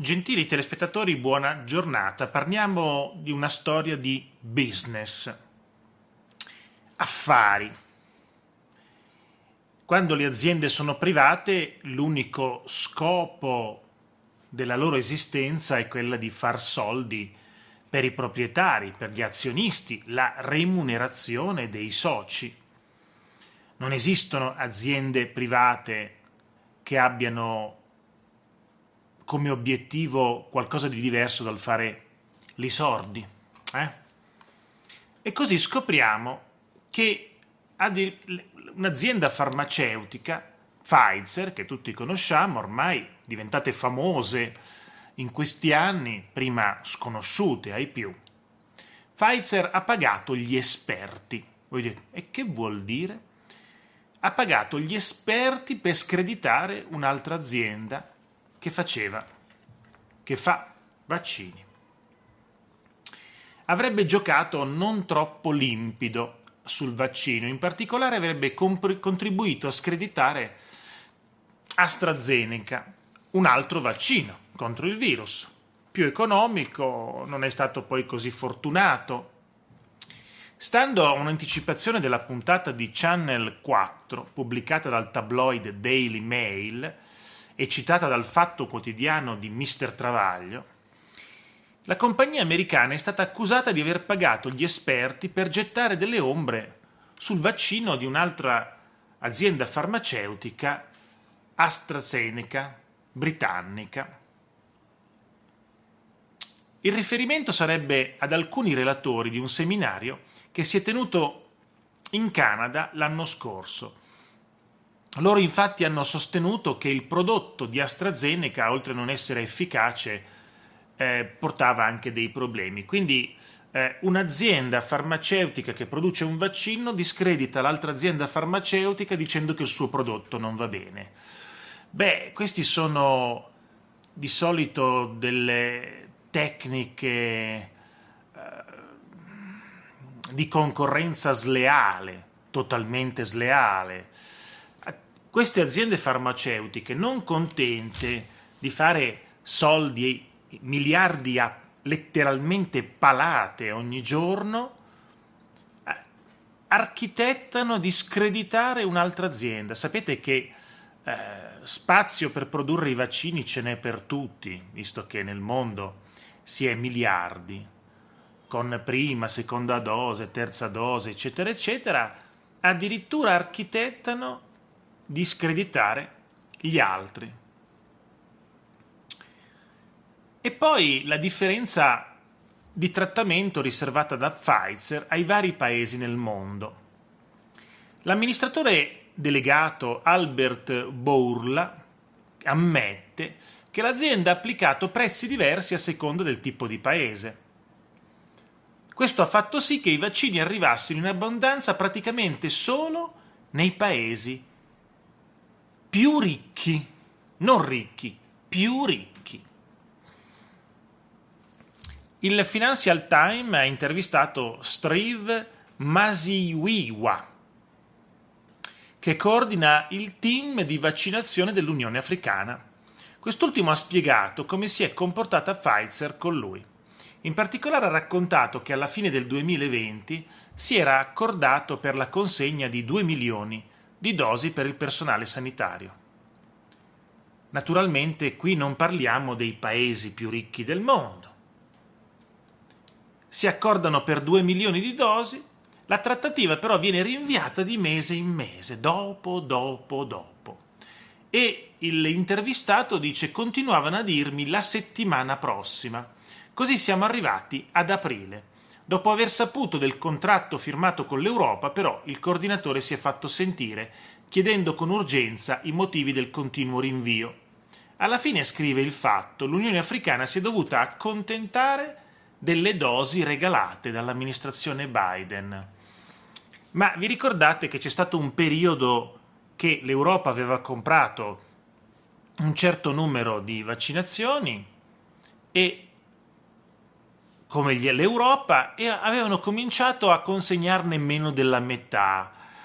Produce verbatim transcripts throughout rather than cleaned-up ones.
Gentili telespettatori, buona giornata. Parliamo di una storia di business, affari. Quando le aziende sono private, l'unico scopo della loro esistenza è quella di far soldi per i proprietari, per gli azionisti, la remunerazione dei soci. Non esistono aziende private che abbiano come obiettivo qualcosa di diverso dal fare i sordi. Eh? E così scopriamo che un'azienda farmaceutica, Pfizer, che tutti conosciamo, ormai diventate famose in questi anni, prima sconosciute ai più, Pfizer ha pagato gli esperti. Voi dite, e che vuol dire? Ha pagato gli esperti per screditare un'altra azienda che faceva, che fa vaccini. Avrebbe giocato non troppo limpido sul vaccino, in particolare avrebbe comp- contribuito a screditare AstraZeneca, un altro vaccino contro il virus, più economico, non è stato poi così fortunato. Stando a un'anticipazione della puntata di Channel quattro, pubblicata dal tabloid Daily Mail, e citata dal Fatto Quotidiano di mister Travaglio, la compagnia americana è stata accusata di aver pagato gli esperti per gettare delle ombre sul vaccino di un'altra azienda farmaceutica, AstraZeneca, britannica. Il riferimento sarebbe ad alcuni relatori di un seminario che si è tenuto in Canada l'anno scorso. Loro infatti hanno sostenuto che il prodotto di AstraZeneca, oltre a non essere efficace, eh, portava anche dei problemi. Quindi eh, un'azienda farmaceutica che produce un vaccino discredita l'altra azienda farmaceutica dicendo che il suo prodotto non va bene. Beh, questi sono di solito delle tecniche eh, di concorrenza sleale, totalmente sleale. Queste aziende farmaceutiche, non contente di fare soldi, miliardi a letteralmente palate ogni giorno, architettano di screditare un'altra azienda. Sapete che eh, spazio per produrre i vaccini ce n'è per tutti, visto che nel mondo si è miliardi, con prima, seconda dose, terza dose, eccetera, eccetera, addirittura architettano di screditare gli altri. E poi la differenza di trattamento riservata da Pfizer ai vari paesi nel mondo. L'amministratore delegato Albert Bourla ammette che l'azienda ha applicato prezzi diversi a seconda del tipo di paese. Questo ha fatto sì che i vaccini arrivassero in abbondanza praticamente solo nei paesi più ricchi, non ricchi, più ricchi. Il Financial Times ha intervistato Strive Masiyiwa, che coordina il team di vaccinazione dell'Unione Africana. Quest'ultimo ha spiegato come si è comportata Pfizer con lui. In particolare ha raccontato che alla fine del duemilaventi si era accordato per la consegna di due milioni di dosi per il personale sanitario. Naturalmente qui non parliamo dei paesi più ricchi del mondo. Si accordano per due milioni di dosi, la trattativa però viene rinviata di mese in mese, dopo, dopo, dopo. E l'intervistato dice: continuavano a dirmi la settimana prossima. Così siamo arrivati ad aprile. Dopo aver saputo del contratto firmato con l'Europa, però, il coordinatore si è fatto sentire, chiedendo con urgenza i motivi del continuo rinvio. Alla fine, scrive il Fatto, l'Unione Africana si è dovuta accontentare delle dosi regalate dall'amministrazione Biden. Ma vi ricordate che c'è stato un periodo che l'Europa aveva comprato un certo numero di vaccinazioni e come l'Europa, e avevano cominciato a consegnarne meno della metà.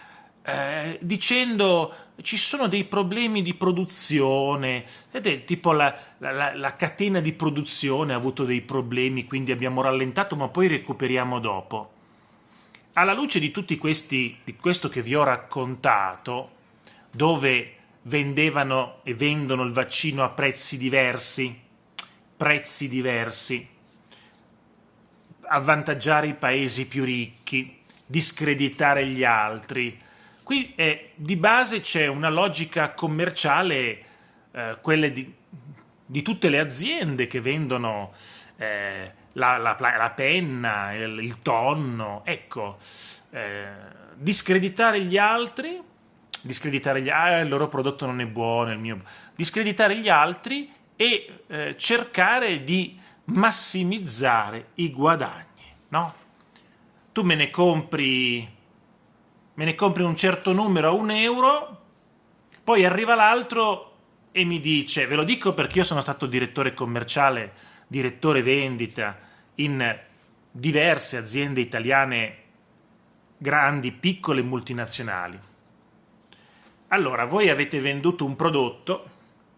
eh, dicendo ci sono dei problemi di produzione, ed è tipo la, la, la catena di produzione ha avuto dei problemi, quindi abbiamo rallentato, ma poi recuperiamo dopo. Alla luce di tutti questi, di questo che vi ho raccontato, dove vendevano e vendono il vaccino a prezzi diversi, prezzi diversi, avvantaggiare i paesi più ricchi, discreditare gli altri. Qui è, di base c'è una logica commerciale, eh, quelle di, di tutte le aziende che vendono eh, la, la, la penna, il, il tonno, ecco, eh, discreditare gli altri, discreditare gli altri, ah, il loro prodotto non è buono, il mio, discreditare gli altri e eh, cercare di massimizzare i guadagni, no? Tu me ne compri me ne compri un certo numero a un euro, poi arriva l'altro e mi dice, ve lo dico perché io sono stato direttore commerciale, direttore vendita in diverse aziende italiane grandi, piccole e multinazionali. Allora, voi avete venduto un prodotto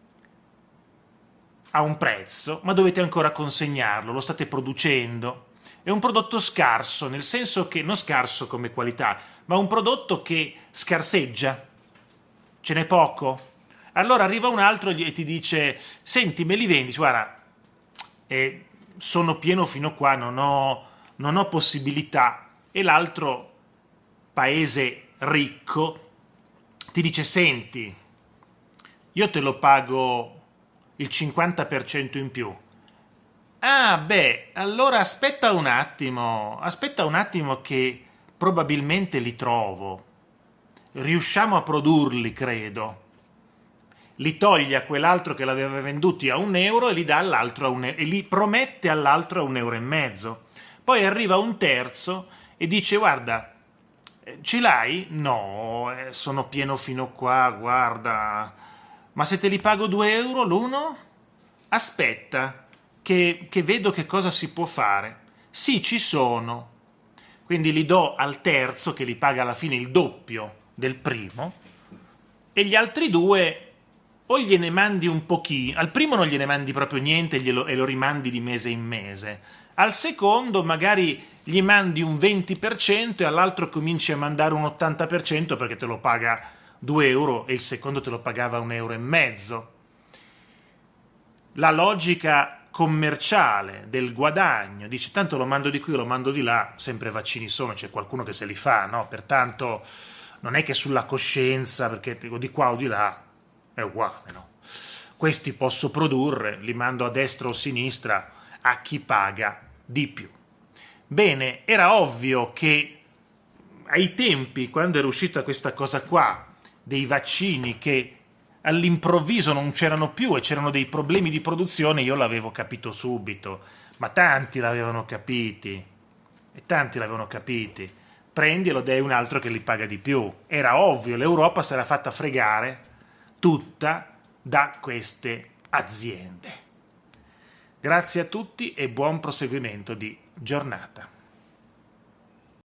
a un prezzo, ma dovete ancora consegnarlo, lo state producendo. È un prodotto scarso, nel senso che, non scarso come qualità, ma un prodotto che scarseggia, ce n'è poco. Allora arriva un altro e ti dice, senti, me li vendi? Guarda, eh, sono pieno fino qua, non ho, non ho possibilità. E l'altro paese ricco ti dice, senti, io te lo pago il cinquanta per cento in più. Ah, beh, allora aspetta un attimo, aspetta un attimo che probabilmente li trovo. Riusciamo a produrli, credo. Li toglie a quell'altro che l'aveva venduti a un euro e li dà all'altro a un euro, e li promette all'altro a un euro e mezzo. Poi arriva un terzo e dice, guarda, ce l'hai? No, eh, sono pieno fino qua, guarda. Ma se te li pago due euro l'uno? Aspetta. Che, che vedo che cosa si può fare. Sì, ci sono. Quindi li do al terzo, che li paga alla fine il doppio del primo, e gli altri due o gliene mandi un pochino. Al primo non gliene mandi proprio niente e, glielo, e lo rimandi di mese in mese. Al secondo magari gli mandi un venti per cento e all'altro cominci a mandare un ottanta per cento perché te lo paga due euro e il secondo te lo pagava un euro e mezzo. La logica commerciale del guadagno dice, tanto lo mando di qui, lo mando di là, sempre vaccini sono, c'è qualcuno che se li fa, no? Pertanto non è che sulla coscienza, perché di qua o di là è uguale, no? Questi posso produrre, li mando a destra o a sinistra a chi paga di più. Bene, era ovvio che ai tempi, quando era uscita questa cosa qua, dei vaccini che all'improvviso non c'erano più e c'erano dei problemi di produzione, io l'avevo capito subito, ma tanti l'avevano capiti, e tanti l'avevano capiti. Prendi e lo dai a un altro che li paga di più. Era ovvio, l'Europa si era fatta fregare tutta da queste aziende. Grazie a tutti e buon proseguimento di giornata.